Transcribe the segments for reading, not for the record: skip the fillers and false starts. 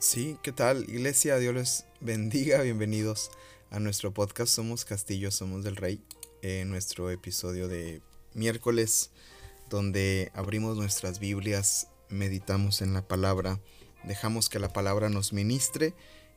Sí, ¿qué tal, iglesia? Dios les bendiga. Bienvenidos a nuestro podcast. Somos Castillo, somos del Rey. Nuestro episodio de miércoles, donde abrimos nuestras Biblias, meditamos en la palabra, dejamos que la palabra nos ministre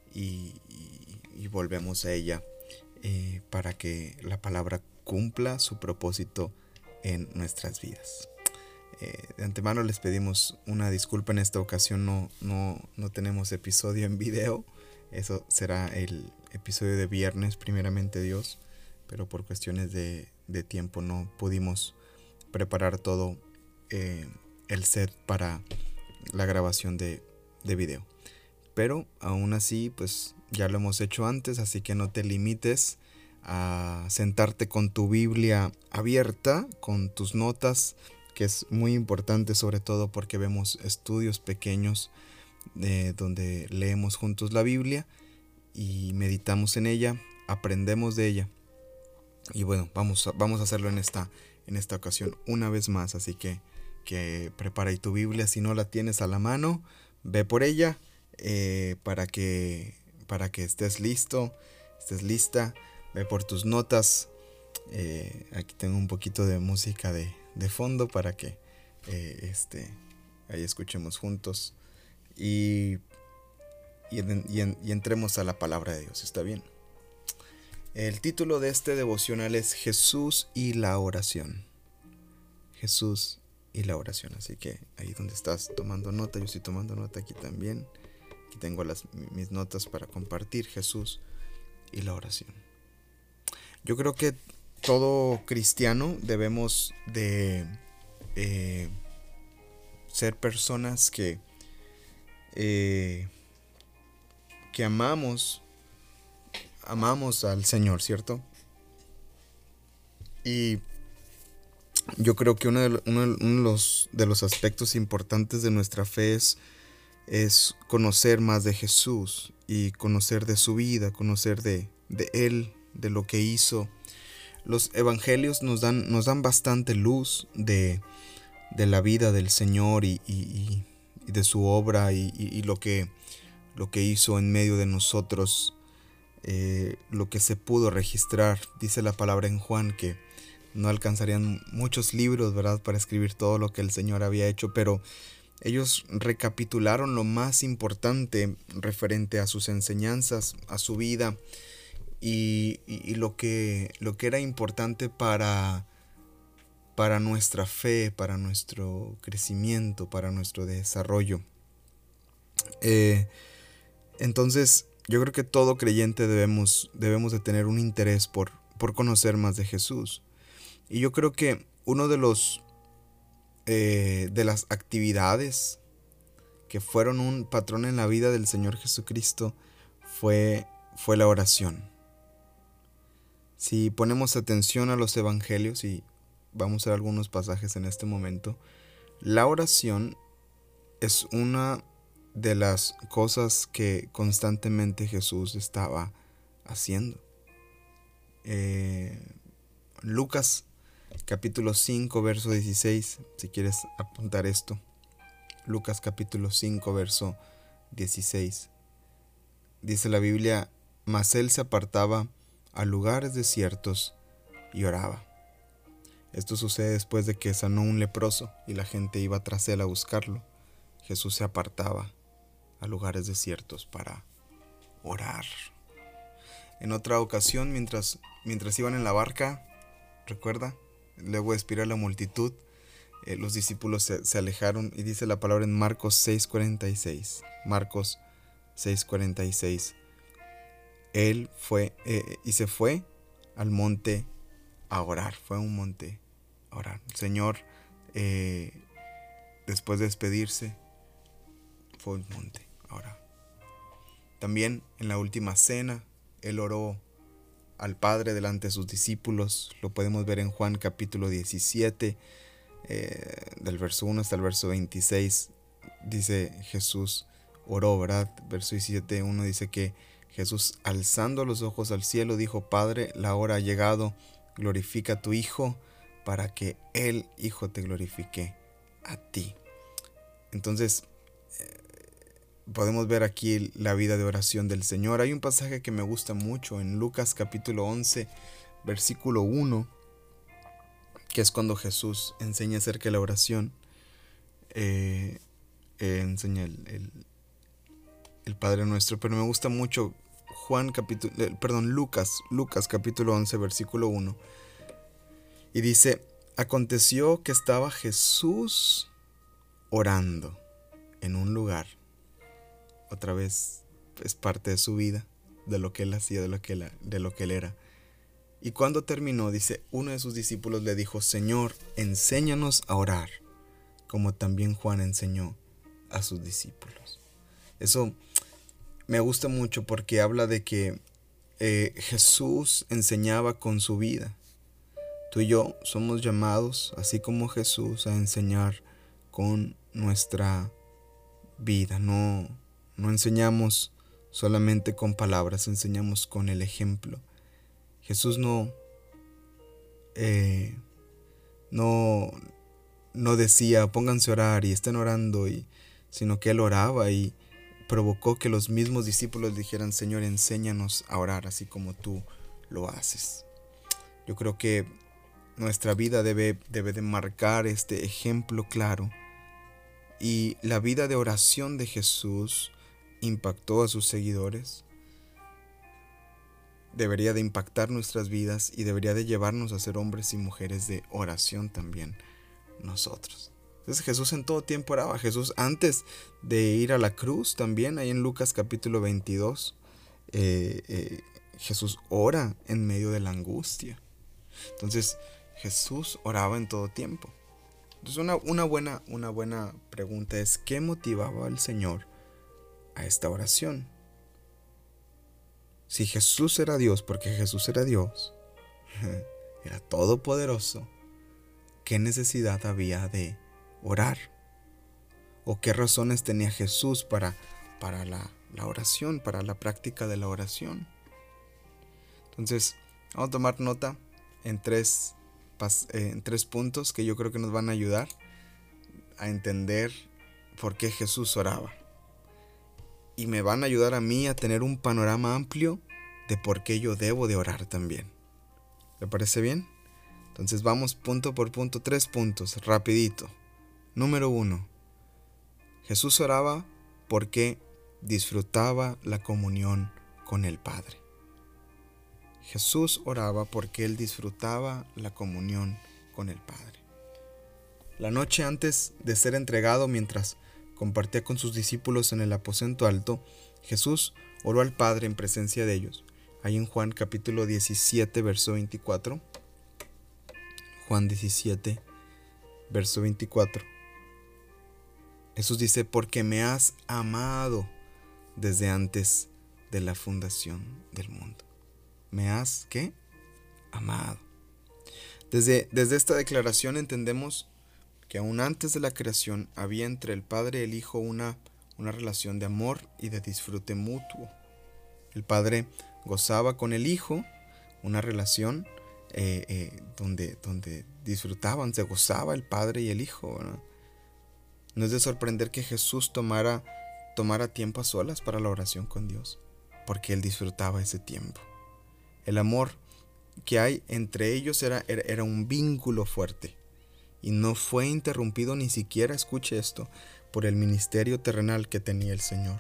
y volvemos a ella para que la palabra cumpla su propósito en nuestras vidas. De antemano les pedimos una disculpa. En esta ocasión no tenemos episodio en video. Eso será el episodio de viernes, primeramente Dios. Pero por cuestiones de tiempo no pudimos preparar todo el set para la grabación de video. Pero aún así, pues ya lo hemos hecho antes, así que no te limites a sentarte con tu Biblia abierta, con tus notas, que es muy importante, sobre todo porque vemos estudios pequeños donde leemos juntos la Biblia y meditamos en ella, aprendemos de ella. Y bueno, vamos a hacerlo en esta ocasión una vez más, así que prepara ahí tu Biblia. Si no la tienes a la mano, ve por ella para que estés listo, estés lista. Ve por tus notas. Aquí tengo un poquito de música de fondo para que ahí escuchemos juntos y entremos a la palabra de Dios. ¿Está bien? El título de este devocional es Jesús y la oración. Jesús y la oración. Así que ahí donde estás tomando nota, yo estoy tomando nota aquí también. Aquí tengo mis notas para compartir. Jesús y la oración. Yo creo que todo cristiano debemos de ser personas que amamos al Señor, ¿cierto? Y yo creo que uno de los aspectos importantes de nuestra fe es conocer más de Jesús y conocer de su vida, conocer de Él, de lo que hizo. Los evangelios nos dan bastante luz de la vida del Señor y de su obra y lo que hizo en medio de nosotros, lo que se pudo registrar. Dice la palabra en Juan que no alcanzarían muchos libros, ¿verdad?, para escribir todo lo que el Señor había hecho, pero ellos recapitularon lo más importante referente a sus enseñanzas, a su vida y lo que era importante para nuestra fe, para nuestro crecimiento, para nuestro desarrollo. Entonces, yo creo que todo creyente debemos de tener un interés por conocer más de Jesús. Y yo creo que uno de las actividades que fueron un patrón en la vida del Señor Jesucristo fue la oración. Si ponemos atención a los evangelios, y vamos a ver algunos pasajes en este momento, la oración es una de las cosas que constantemente Jesús estaba haciendo. Lucas capítulo 5 verso 16, si quieres apuntar esto. Lucas capítulo 5 verso 16. Dice la Biblia: mas él se apartaba a lugares desiertos y oraba. Esto sucede después de que sanó un leproso y la gente iba tras él a buscarlo. Jesús se apartaba a lugares desiertos para orar. En otra ocasión, mientras iban en la barca, recuerda, luego de expirar la multitud, los discípulos se alejaron, y dice la palabra en Marcos 6:46. Marcos 6:46. Él fue y se fue al monte a orar. Fue a un monte a orar. El Señor, después de despedirse, fue al monte a orar. También en la última cena, Él oró al Padre delante de sus discípulos. Lo podemos ver en Juan capítulo 17, del verso 1 hasta el verso 26. Dice Jesús oró, ¿verdad? Verso 17, 1 dice que Jesús, alzando los ojos al cielo, dijo: Padre, la hora ha llegado, glorifica a tu Hijo, para que el Hijo te glorifique a ti. Entonces, podemos ver aquí la vida de oración del Señor. Hay un pasaje que me gusta mucho en Lucas capítulo 11, versículo 1, que es cuando Jesús enseña acerca de la oración. Enseña el Padre Nuestro, pero me gusta mucho Lucas capítulo 11, versículo 1, y dice: aconteció que estaba Jesús orando en un lugar. Otra vez es parte de su vida, de lo que él hacía, de lo que él era. Y cuando terminó, dice, uno de sus discípulos le dijo: Señor, enséñanos a orar, como también Juan enseñó a sus discípulos. Eso me gusta mucho porque habla de que Jesús enseñaba con su vida. Tú y yo somos llamados, así como Jesús, a enseñar con nuestra vida. No enseñamos solamente con palabras, enseñamos con el ejemplo. Jesús no decía pónganse a orar y estén orando, sino que él oraba y provocó que los mismos discípulos dijeran: Señor, enséñanos a orar así como tú lo haces. Yo creo que nuestra vida debe de marcar este ejemplo claro, y la vida de oración de Jesús impactó a sus seguidores. Debería de impactar nuestras vidas y debería de llevarnos a ser hombres y mujeres de oración también nosotros. Entonces Jesús en todo tiempo oraba. Jesús antes de ir a la cruz también, ahí en Lucas capítulo 22, Jesús ora en medio de la angustia. Entonces Jesús oraba en todo tiempo. Entonces una buena pregunta es: ¿qué motivaba al Señor a esta oración? Si Jesús era Dios, porque Jesús era Dios, era todopoderoso, ¿qué necesidad había de orar? ¿O qué razones tenía Jesús para la oración, para la práctica de la oración? Entonces, vamos a tomar nota en tres puntos que yo creo que nos van a ayudar a entender por qué Jesús oraba. Y me van a ayudar a mí a tener un panorama amplio de por qué yo debo de orar también. ¿Le parece bien? Entonces vamos punto por punto, 3 puntos, rapidito. Número 1. Jesús oraba porque disfrutaba la comunión con el Padre. Jesús oraba porque él disfrutaba la comunión con el Padre. La noche antes de ser entregado, mientras compartía con sus discípulos en el aposento alto, Jesús oró al Padre en presencia de ellos. Ahí en Juan capítulo 17, verso 24. Juan 17, verso 24. Jesús dice: porque me has amado desde antes de la fundación del mundo. ¿Me has qué? Amado. Desde esta declaración entendemos que aún antes de la creación había entre el Padre y el Hijo una relación de amor y de disfrute mutuo. El Padre gozaba con el Hijo una relación donde disfrutaban, se gozaba el Padre y el Hijo, ¿verdad? No es de sorprender que Jesús tomara tiempo a solas para la oración con Dios, porque él disfrutaba ese tiempo. El amor que hay entre ellos era un vínculo fuerte, y no fue interrumpido ni siquiera, escuche esto, por el ministerio terrenal que tenía el Señor.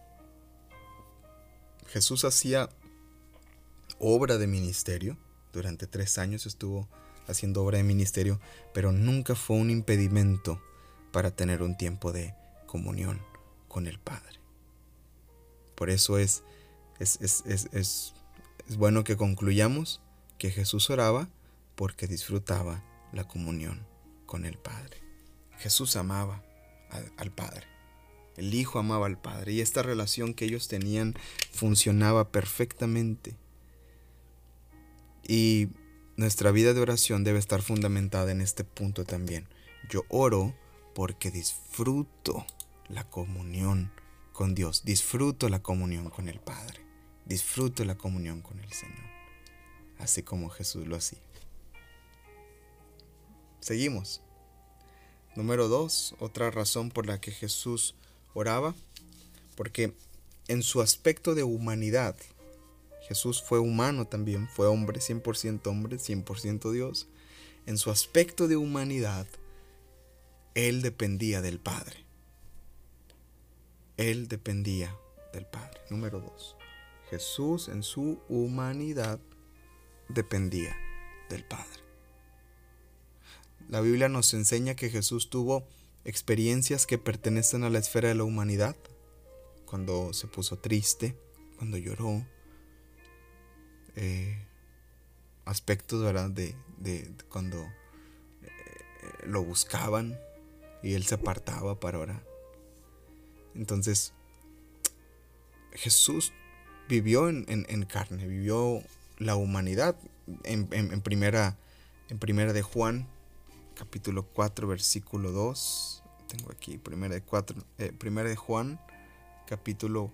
Jesús hacía obra de ministerio. Durante 3 años estuvo haciendo obra de ministerio, pero nunca fue un impedimento para tener un tiempo de comunión con el Padre. Por eso es bueno que concluyamos que Jesús oraba porque disfrutaba la comunión con el Padre. Jesús amaba al Padre. El Hijo amaba al Padre, y esta relación que ellos tenían funcionaba perfectamente. Y nuestra vida de oración debe estar fundamentada en este punto también. Yo oro porque disfruto la comunión con Dios, disfruto la comunión con el Padre, disfruto la comunión con el Señor, así como Jesús lo hacía. Seguimos. Número 2, otra razón por la que Jesús oraba, porque en su aspecto de humanidad, Jesús fue humano también, fue hombre, 100% Dios. En su aspecto de humanidad, Él dependía del Padre. Él dependía del Padre. Número 2. Jesús en su humanidad dependía del Padre. La Biblia nos enseña que Jesús tuvo experiencias que pertenecen a la esfera de la humanidad. Cuando se puso triste, cuando lloró, aspectos, ¿verdad? de cuando lo buscaban y Él se apartaba para orar. Entonces, Jesús vivió en carne, vivió la humanidad. En primera de Juan, capítulo 4, versículo 2. Tengo aquí primera de Juan, capítulo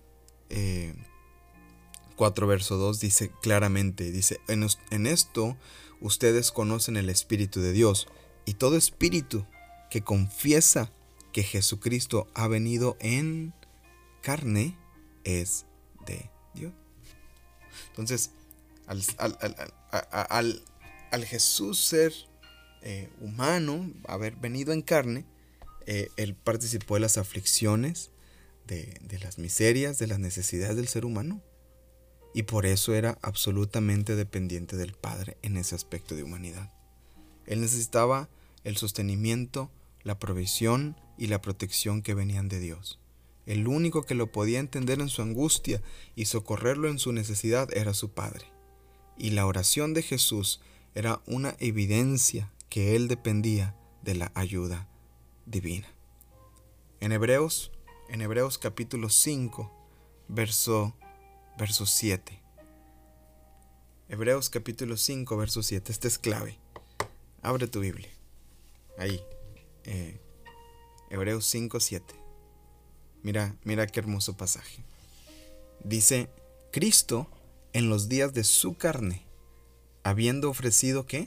4, verso 2, dice claramente, dice, en esto ustedes conocen el Espíritu de Dios, y todo espíritu que confiesa que Jesucristo ha venido en carne es de Dios. Entonces, al Jesús ser humano, haber venido en carne, Él participó de las aflicciones, de las miserias, de las necesidades del ser humano. Y por eso era absolutamente dependiente del Padre en ese aspecto de humanidad. Él necesitaba el sostenimiento, la provisión y la protección que venían de Dios. El único que lo podía entender en su angustia y socorrerlo en su necesidad era su Padre. Y la oración de Jesús era una evidencia que Él dependía de la ayuda divina. En Hebreos capítulo 5, verso 7. Hebreos capítulo 5, verso 7. Este es clave. Abre tu Biblia. Ahí. Hebreos 5, 7. Mira qué hermoso pasaje. Dice, Cristo en los días de su carne, habiendo ofrecido ¿qué?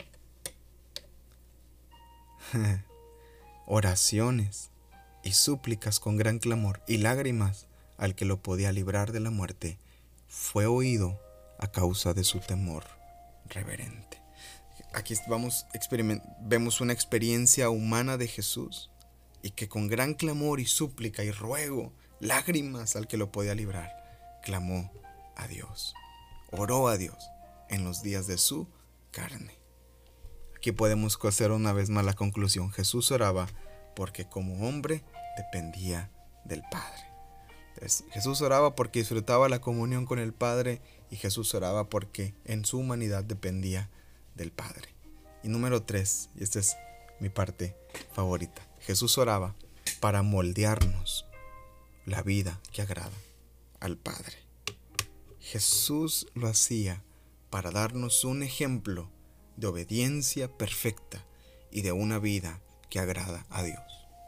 Oraciones y súplicas con gran clamor y lágrimas al que lo podía librar de la muerte, fue oído a causa de su temor reverente. Aquí vemos una experiencia humana de Jesús, y que con gran clamor y súplica y ruego, lágrimas al que lo podía librar, clamó a Dios, oró a Dios en los días de su carne. Aquí podemos hacer una vez más la conclusión. Jesús oraba porque como hombre dependía del Padre. Entonces, Jesús oraba porque disfrutaba la comunión con el Padre, y Jesús oraba porque en su humanidad dependía del Padre. Y número 3, y esta es mi parte favorita, Jesús oraba para moldearnos la vida que agrada al Padre. Jesús lo hacía para darnos un ejemplo de obediencia perfecta y de una vida que agrada a Dios.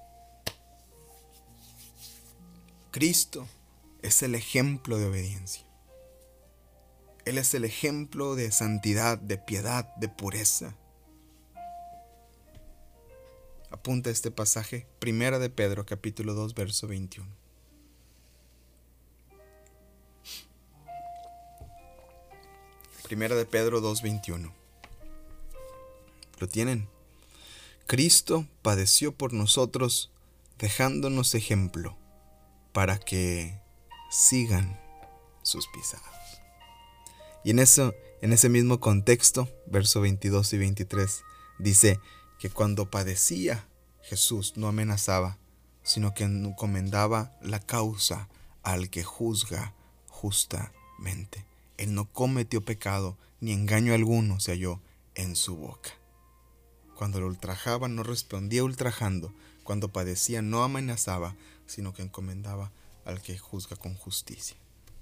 Cristo es el ejemplo de obediencia. Él es el ejemplo de santidad, de piedad, de pureza. Apunta este pasaje, Primera de Pedro, capítulo 2, verso 21. Primera de Pedro 2, 21. ¿Lo tienen? Cristo padeció por nosotros, dejándonos ejemplo, para que sigan sus pisadas. Y en ese mismo contexto, verso 22 y 23, dice que cuando padecía, Jesús no amenazaba, sino que encomendaba la causa al que juzga justamente. Él no cometió pecado, ni engaño alguno se halló en su boca. Cuando lo ultrajaban, no respondía ultrajando. Cuando padecía, no amenazaba, sino que encomendaba al que juzga con justicia.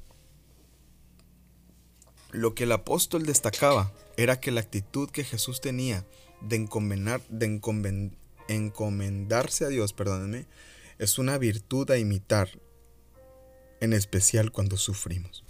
Lo que el apóstol destacaba era que la actitud que Jesús tenía de encomendarse a Dios, es una virtud a imitar, en especial cuando sufrimos.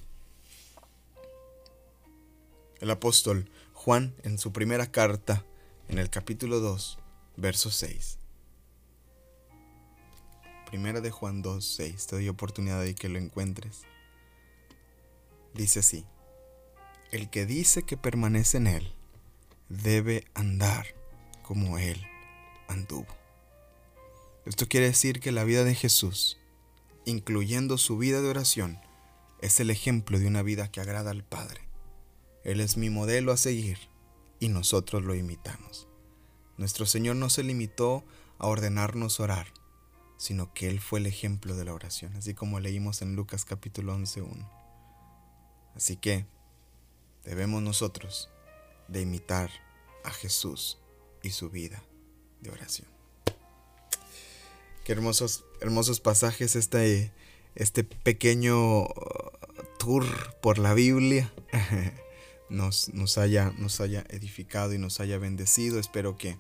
El apóstol Juan, en su primera carta, en el capítulo 2, verso 6. Primera de Juan 2:6. Te doy oportunidad de que lo encuentres. Dice así: el que dice que permanece en Él debe andar como Él anduvo. Esto quiere decir que la vida de Jesús, incluyendo su vida de oración, es el ejemplo de una vida que agrada al Padre. Él es mi modelo a seguir y nosotros lo imitamos. Nuestro Señor no se limitó a ordenarnos orar, sino que Él fue el ejemplo de la oración, así como leímos en Lucas capítulo 11:1. Así que debemos nosotros de imitar a Jesús y su vida de oración. Qué hermosos pasajes este pequeño tour por la Biblia nos haya edificado y nos haya bendecido. Espero que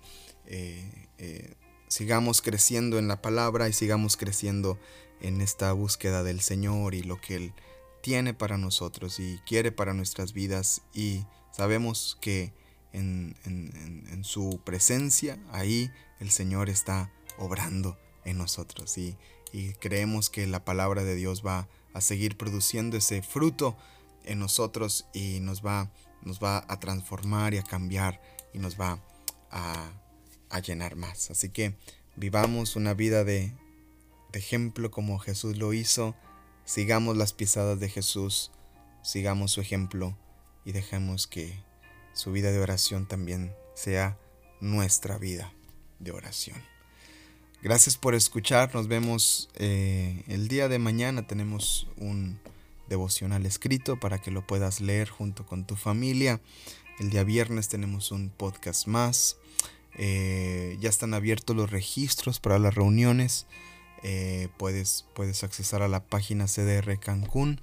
sigamos creciendo en la palabra y sigamos creciendo en esta búsqueda del Señor y lo que Él tiene para nosotros y quiere para nuestras vidas, y sabemos que en su presencia ahí el Señor está obrando en nosotros, y creemos que la palabra de Dios va a seguir produciendo ese fruto en nosotros y nos va a transformar y a cambiar y nos va a llenar más. Así que vivamos una vida de ejemplo como Jesús lo hizo. Sigamos las pisadas de Jesús, sigamos su ejemplo y dejemos que su vida de oración también sea nuestra vida de oración. Gracias por escuchar. Nos vemos el día de mañana. Tenemos un devocional escrito para que lo puedas leer junto con tu familia. El día viernes tenemos un podcast más. Ya están abiertos los registros para las reuniones. Puedes accesar a la página CDR Cancún.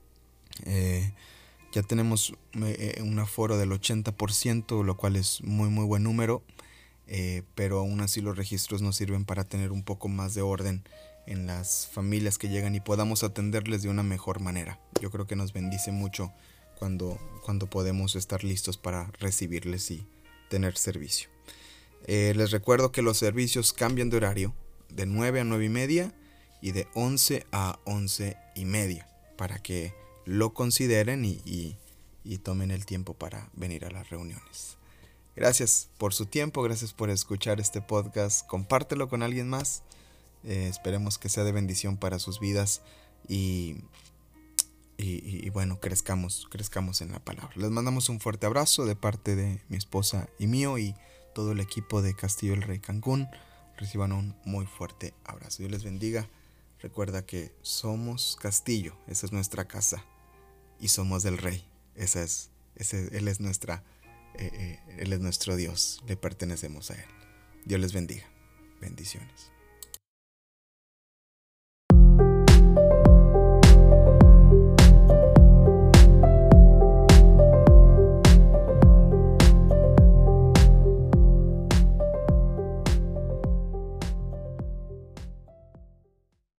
Ya tenemos un aforo del 80%, lo cual es muy buen número. Pero aún así los registros nos sirven para tener un poco más de orden en las familias que llegan y podamos atenderles de una mejor manera. Yo creo que nos bendice mucho cuando podemos estar listos para recibirles y tener servicio. Les recuerdo que los servicios cambian de horario, de 9 a 9:30 y de 11 a 11:30, para que lo consideren y tomen el tiempo para venir a las reuniones. Gracias por su tiempo, gracias por escuchar este podcast. Compártelo con alguien más. Esperemos que sea de bendición para sus vidas y bueno, crezcamos en la palabra. Les mandamos un fuerte abrazo de parte de mi esposa y mío y todo el equipo de Castillo del Rey Cancún. Reciban un muy fuerte abrazo. Dios les bendiga. Recuerda que somos Castillo, esa es nuestra casa, y somos del Rey. Él es nuestro Dios, le pertenecemos a Él. Dios les bendiga. Bendiciones.